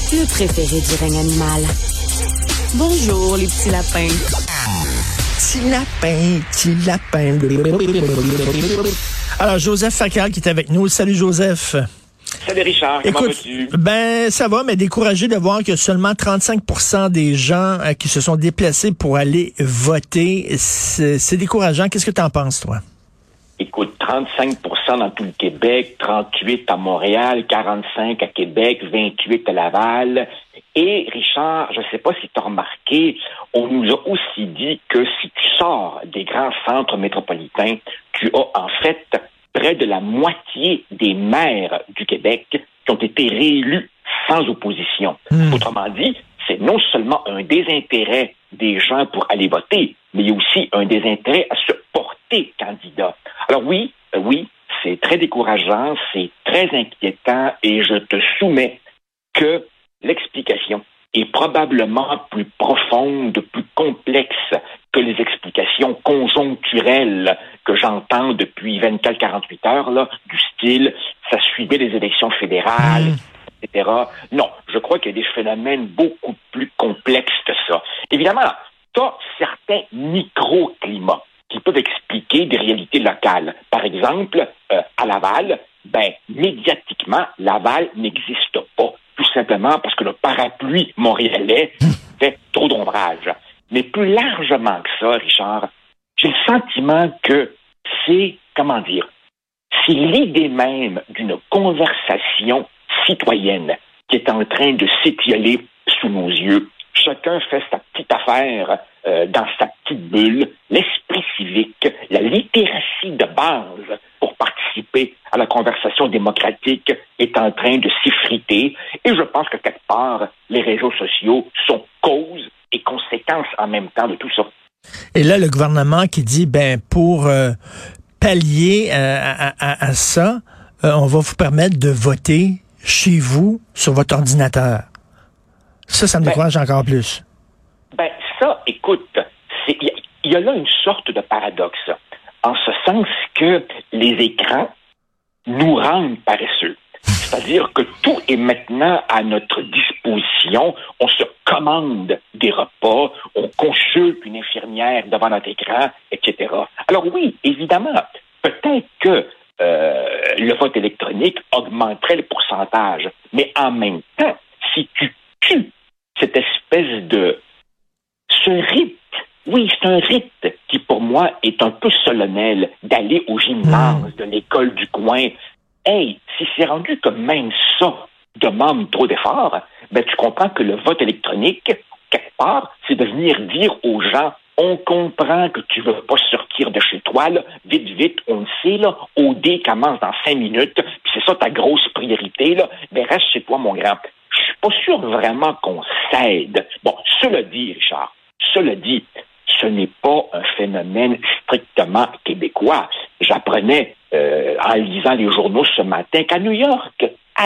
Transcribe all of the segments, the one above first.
le préféré du règne animal. Bonjour, les petits lapins. Petit lapin, petit lapin. Alors, Joseph Facal qui est avec nous. Salut, Joseph. Salut Richard, comment vas-tu? Ben, ça va, mais découragé de voir que seulement 35% des gens qui se sont déplacés pour aller voter, c'est décourageant. Qu'est-ce que tu en penses, toi? Écoute, 35% dans tout le Québec, 38 à Montréal, 45 à Québec, 28 à Laval. Et Richard, je ne sais pas si tu as remarqué, on nous a aussi dit que si tu sors des grands centres métropolitains, tu as en fait près de la moitié des maires du Québec qui ont été réélus sans opposition. Autrement dit, c'est non seulement un désintérêt des gens pour aller voter, mais il y a aussi un désintérêt à se porter candidat. Alors oui, c'est très décourageant, c'est très inquiétant et je te soumets que l'explication est probablement plus profonde, plus complexe que les explications conjoncturelles que j'entends depuis 24-48 heures, là, du style « ça suivait les élections fédérales », etc. Non, je crois qu'il y a des phénomènes beaucoup plus complexes que ça. Évidemment, tu as certains microclimats qui peuvent expliquer des réalités locales. Par exemple, à Laval, médiatiquement, Laval n'existe pas, tout simplement parce que le parapluie montréalais fait trop d'ombrage. Mais plus largement que ça, Richard, j'ai le sentiment que c'est l'idée même d'une conversation citoyenne qui est en train de s'étioler sous nos yeux. Chacun fait sa petite affaire dans sa petite bulle. L'esprit civique, la littératie de base pour participer à la conversation démocratique est en train de s'effriter. Et je pense que quelque part, les réseaux sociaux sont cause et conséquence en même temps de tout ça. Et là, le gouvernement qui dit, pour pallier à ça, on va vous permettre de voter chez vous sur votre ordinateur. Ça me décourage encore plus. Ça, écoute, il y a là une sorte de paradoxe, en ce sens que les écrans nous rendent paresseux. C'est-à-dire que tout est maintenant à notre disposition. On se commande des repas, on consulte une infirmière devant notre écran, etc. Alors oui, évidemment, peut-être que le vote électronique augmenterait le pourcentage. Mais en même temps, si tu tues cette espèce de... ce rite, oui, c'est un rite qui, pour moi, est un peu solennel d'aller au gymnase de l'école du coin. Hey, si c'est rendu que même ça demande trop d'efforts, tu comprends que le vote électronique, quelque part, c'est de venir dire aux gens, on comprend que tu veux pas sortir de chez toi, là, vite, on le sait, là, OD commence dans 5 minutes, puis c'est ça ta grosse priorité, là, reste chez toi, mon grand. Je suis pas sûr vraiment qu'on cède. Bon, cela dit, Richard, ce n'est pas un phénomène strictement québécois. J'apprenais en lisant les journaux ce matin qu'à New York,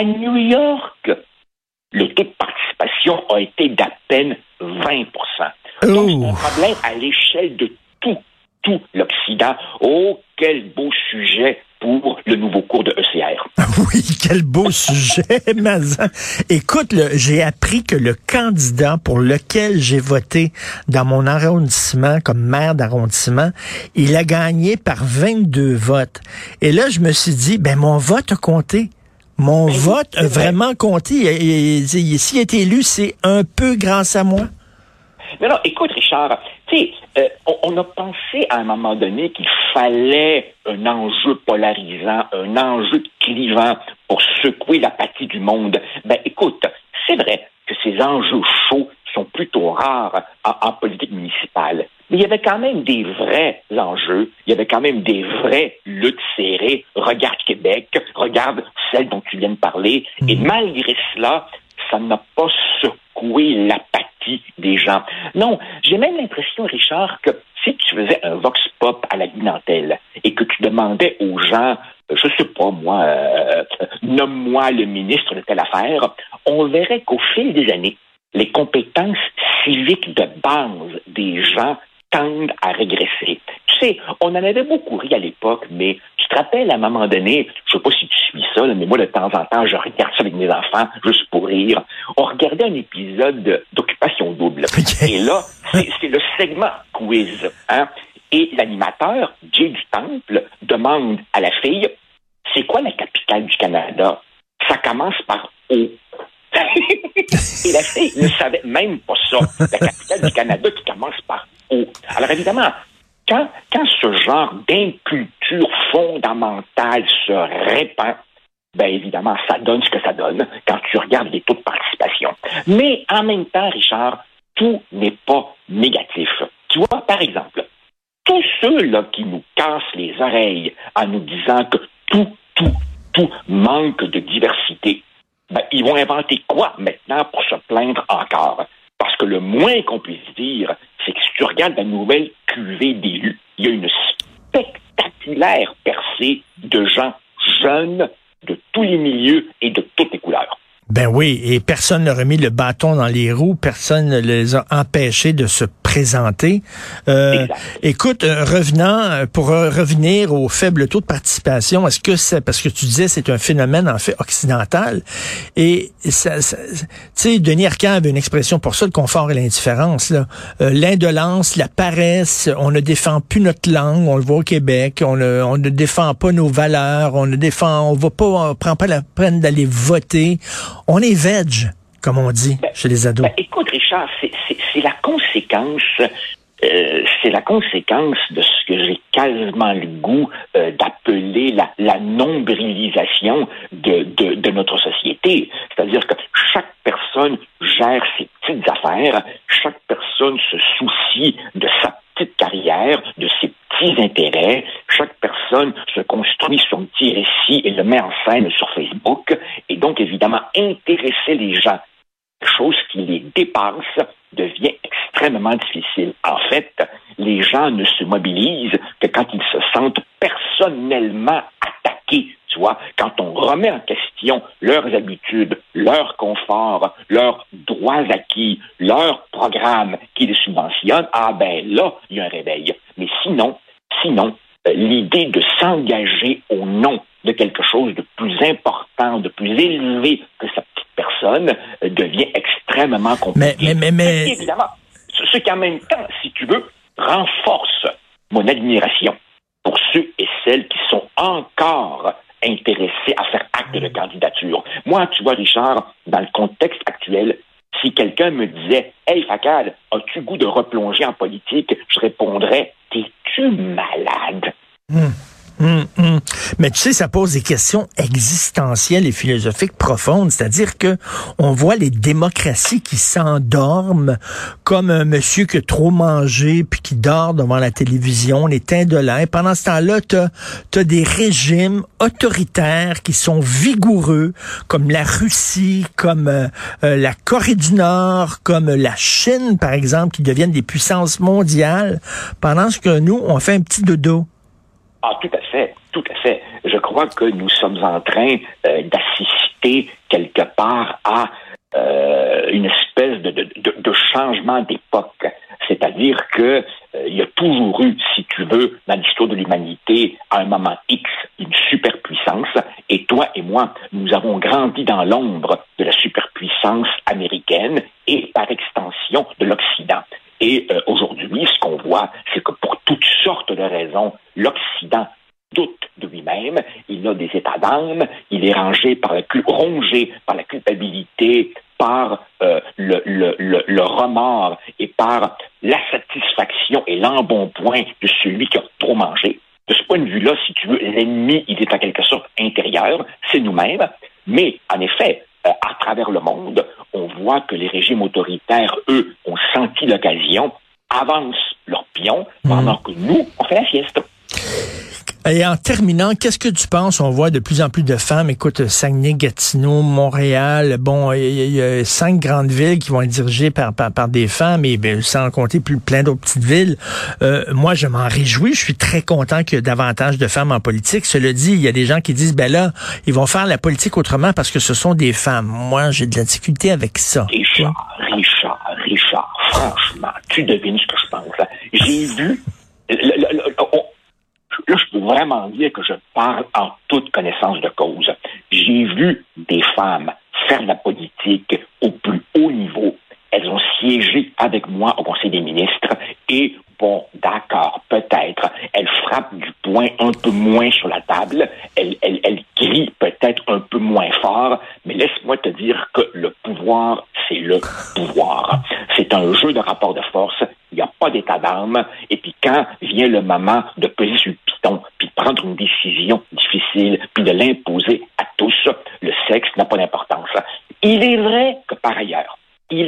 le taux de participation a été d'à peine 20%. Donc, c'est un problème à l'échelle de tout l'Occident. Oh, quel beau sujet pour le nouveau cours de ECR. Oui, quel beau sujet, Mazan. Écoute, j'ai appris que le candidat pour lequel j'ai voté dans mon arrondissement comme maire d'arrondissement, il a gagné par 22 votes. Et là, je me suis dit, mon vote a compté. Mon vote a vraiment compté. S'il a été élu, c'est un peu grâce à moi. Non, écoute, Richard, on a pensé à un moment donné qu'il fallait un enjeu polarisant, un enjeu clivant pour secouer l'apathie du monde. Écoute, c'est vrai que ces enjeux chauds sont plutôt rares en politique municipale. Mais il y avait quand même des vrais enjeux, il y avait quand même des vraies luttes serrées. Regarde Québec, regarde celle dont tu viens de parler. Et malgré cela, ça n'a pas secoué l'apathie des gens. Non, j'ai même l'impression, Richard, que si tu faisais un vox pop à la Guy Nantel et que tu demandais aux gens, je sais pas moi, nomme-moi le ministre de telle affaire, on verrait qu'au fil des années, les compétences civiques de base des gens tendent à régresser. Tu sais, on en avait beaucoup ri à l'époque, mais tu te rappelles à un moment donné, je sais pas si tu suis ça, mais moi de temps en temps, je regarde ça avec mes enfants juste pour sourire. On regardait un épisode d'Occupation Double. Okay. Et là, c'est le segment quiz. Hein? Et l'animateur, Jay du Temple, demande à la fille, c'est quoi la capitale du Canada? Ça commence par O. Et la fille ne savait même pas ça. La capitale du Canada qui commence par O. Alors évidemment, quand ce genre d'inculture fondamentale se répand, ben évidemment, ça donne ce que ça donne quand tu regardes les taux de participation. Mais en même temps, Richard, tout n'est pas négatif. Tu vois, par exemple, tous ceux-là qui nous cassent les oreilles en nous disant que tout manque de diversité, ben, ils vont inventer quoi maintenant pour se plaindre encore? Parce que le moins qu'on puisse dire, c'est que si tu regardes la nouvelle cuvée d'élus, il y a une spectaculaire percée de gens jeunes de tous les milieux et de toutes les couleurs. Ben oui, et personne n'a remis le bâton dans les roues, personne ne les a empêchés de se présenter. Écoute, pour revenir au faible taux de participation, est-ce que c'est, parce que tu disais c'est un phénomène en fait occidental, et ça tu sais, Denis Arcand avait une expression pour ça, le confort et l'indifférence, là. L'indolence, la paresse, on ne défend plus notre langue, on le voit au Québec, on ne défend pas nos valeurs, on prend pas la peine d'aller voter. On est veg, comme on dit chez les ados. Écoute, Richard, c'est la conséquence. C'est la conséquence de ce que j'ai quasiment le goût d'appeler la nombrilisation de notre société. C'est-à-dire que chaque personne gère ses petites affaires, chaque personne se soucie de sa petite carrière, de ses petits intérêts, chaque personne se construit son petit récit et le met en scène sur Facebook, et donc évidemment intéresser les gens, chose qui les dépasse, devient extrêmement difficile. En fait, les gens ne se mobilisent que quand ils se sentent personnellement attaqués. Tu vois, quand on remet en question leurs habitudes, leur confort, leurs droits acquis, leurs programmes qui les subventionnent, ah ben là, il y a un réveil. Mais sinon, l'idée de s'engager au nom de quelque chose de plus important, de plus élevé que sa petite personne, devient extrêmement compliqué. Mais évidemment, ce qui en même temps, si tu veux, renforce mon admiration pour ceux et celles qui sont encore intéressés à faire acte de candidature. Moi, tu vois, Richard, dans le contexte actuel, si quelqu'un me disait « Hey, Facal, as-tu goût de replonger en politique? » je répondrais « T'es-tu malade? » Mais tu sais, ça pose des questions existentielles et philosophiques profondes. C'est-à-dire que on voit les démocraties qui s'endorment comme un monsieur qui a trop mangé puis qui dort devant la télévision, on est indolent. Et pendant ce temps-là, t'as des régimes autoritaires qui sont vigoureux, comme la Russie, comme la Corée du Nord, comme la Chine, par exemple, qui deviennent des puissances mondiales, pendant que nous, on fait un petit dodo. Ah, tout à fait. Je crois que nous sommes en train d'assister quelque part à une espèce de changement d'époque. C'est-à-dire que il y a toujours eu, si tu veux, dans l'histoire de l'humanité, à un moment X, une superpuissance. Et toi et moi, nous avons grandi dans l'ombre de la superpuissance américaine et, par extension, de l'Occident. Et aujourd'hui, ce qu'on voit, c'est que pour toutes sortes de raisons, l'Occident doute de lui-même, il a des états d'âme, il est rongé par la culpabilité, par le remords et par la satisfaction et l'embonpoint de celui qui a trop mangé. De ce point de vue-là, si tu veux, l'ennemi, il est en quelque sorte intérieur, c'est nous-mêmes, mais en effet, à travers le monde, on voit que les régimes autoritaires, eux, ont senti l'occasion, avancent leurs pions, pendant que nous, on fait la sieste. Et en terminant, qu'est-ce que tu penses? On voit de plus en plus de femmes, écoute, Saguenay, Gatineau, Montréal, bon, il y a 5 grandes villes qui vont être dirigées par des femmes, et bien, sans compter plein d'autres petites villes. Moi, je m'en réjouis, je suis très content qu'il y ait davantage de femmes en politique. Cela dit, il y a des gens qui disent, ben là, ils vont faire la politique autrement parce que ce sont des femmes. Moi, j'ai de la difficulté avec ça. Richard, franchement, tu devines ce que je pense. Là. J'ai vu... Là, je peux vraiment dire que je parle en toute connaissance de cause. J'ai vu des femmes faire de la politique au plus haut niveau. Elles ont siégé avec moi au Conseil des ministres et, bon, d'accord, peut-être, elles frappent du poing un peu moins sur la table, elles crient peut-être un peu moins fort, mais laisse-moi te dire que le pouvoir, c'est le pouvoir. C'est un jeu de rapport de force, il n'y a pas d'état d'âme, et puis quand vient le moment de peser sur le piton, puis de prendre une décision difficile, puis de l'imposer à tous, le sexe n'a pas d'importance. Il est vrai que par ailleurs,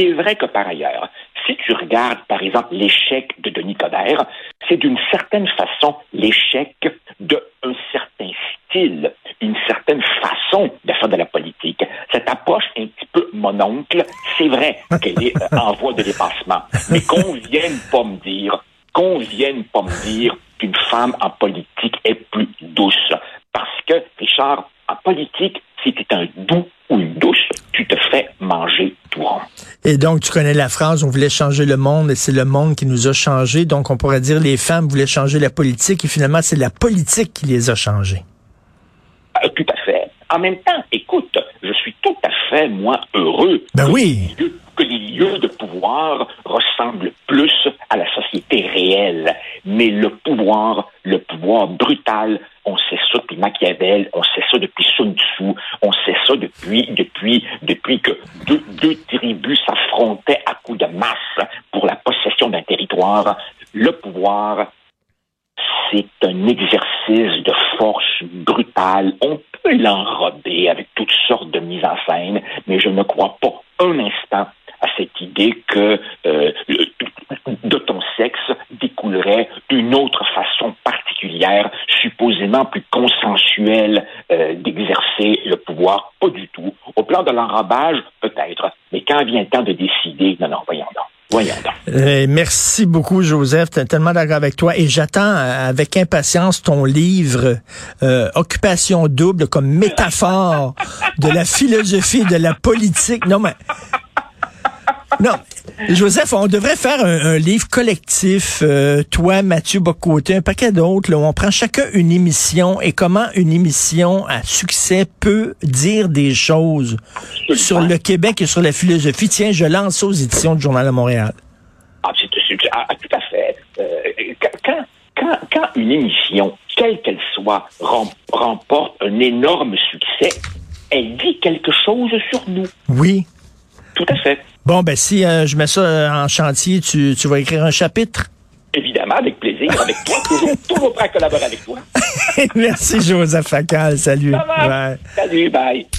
si tu regardes, par exemple, l'échec de Denis Coderre, c'est d'une certaine façon l'échec d'un certain style, une certaine façon de faire de la politique. Cette approche un petit peu mononcle, c'est vrai qu'elle est en voie de dépassement. Mais qu'on vienne pas me dire qu'une femme en politique est plus douce. Parce que, Richard, en politique, si tu es un doux ou une douce, tu te fais manger tout rond. Et donc, tu connais la phrase, on voulait changer le monde et c'est le monde qui nous a changé. Donc, on pourrait dire les femmes voulaient changer la politique et finalement, c'est la politique qui les a changées. Tout à fait. En même temps, écoute, je suis tout à fait, moi, heureux que les lieux de pouvoir ressemblent plus à la société réelle. Mais le pouvoir brutal, on sait ça depuis Machiavel, on sait ça depuis Sun Tzu, on sait ça depuis que deux tribus s'affrontaient à coups de masse pour la possession d'un territoire. Le pouvoir, c'est un exercice de force brutale. On peut l'enrober avec toutes sortes de mises en scène, mais je ne crois pas un instant à cette idée que de ton sexe découlerait une autre façon particulière, supposément plus consensuelle d'exercer le pouvoir. Pas du tout. Au plan de l'enrobage, peut-être, mais quand vient le temps de décider, non, voyons donc. Merci beaucoup, Joseph. T'es tellement d'accord avec toi. Et j'attends avec impatience ton livre Occupation double comme métaphore de la philosophie de la politique. Non, Joseph, on devrait faire un livre collectif, toi, Mathieu Bock-Côté, un paquet d'autres, là, où on prend chacun une émission et comment une émission à succès peut dire des choses sur le Québec et sur la philosophie. Tiens, je lance ça aux éditions du Journal de Montréal. Tout à fait. Quand une émission, quelle qu'elle soit, remporte un énorme succès, elle dit quelque chose sur nous. Oui. Tout à fait. Bon, ben si je mets ça en chantier, tu vas écrire un chapitre? Évidemment, avec plaisir, avec toi, toujours prêt à collaborer avec toi. Merci, Joseph Facal. Salut. Bye. Salut, bye.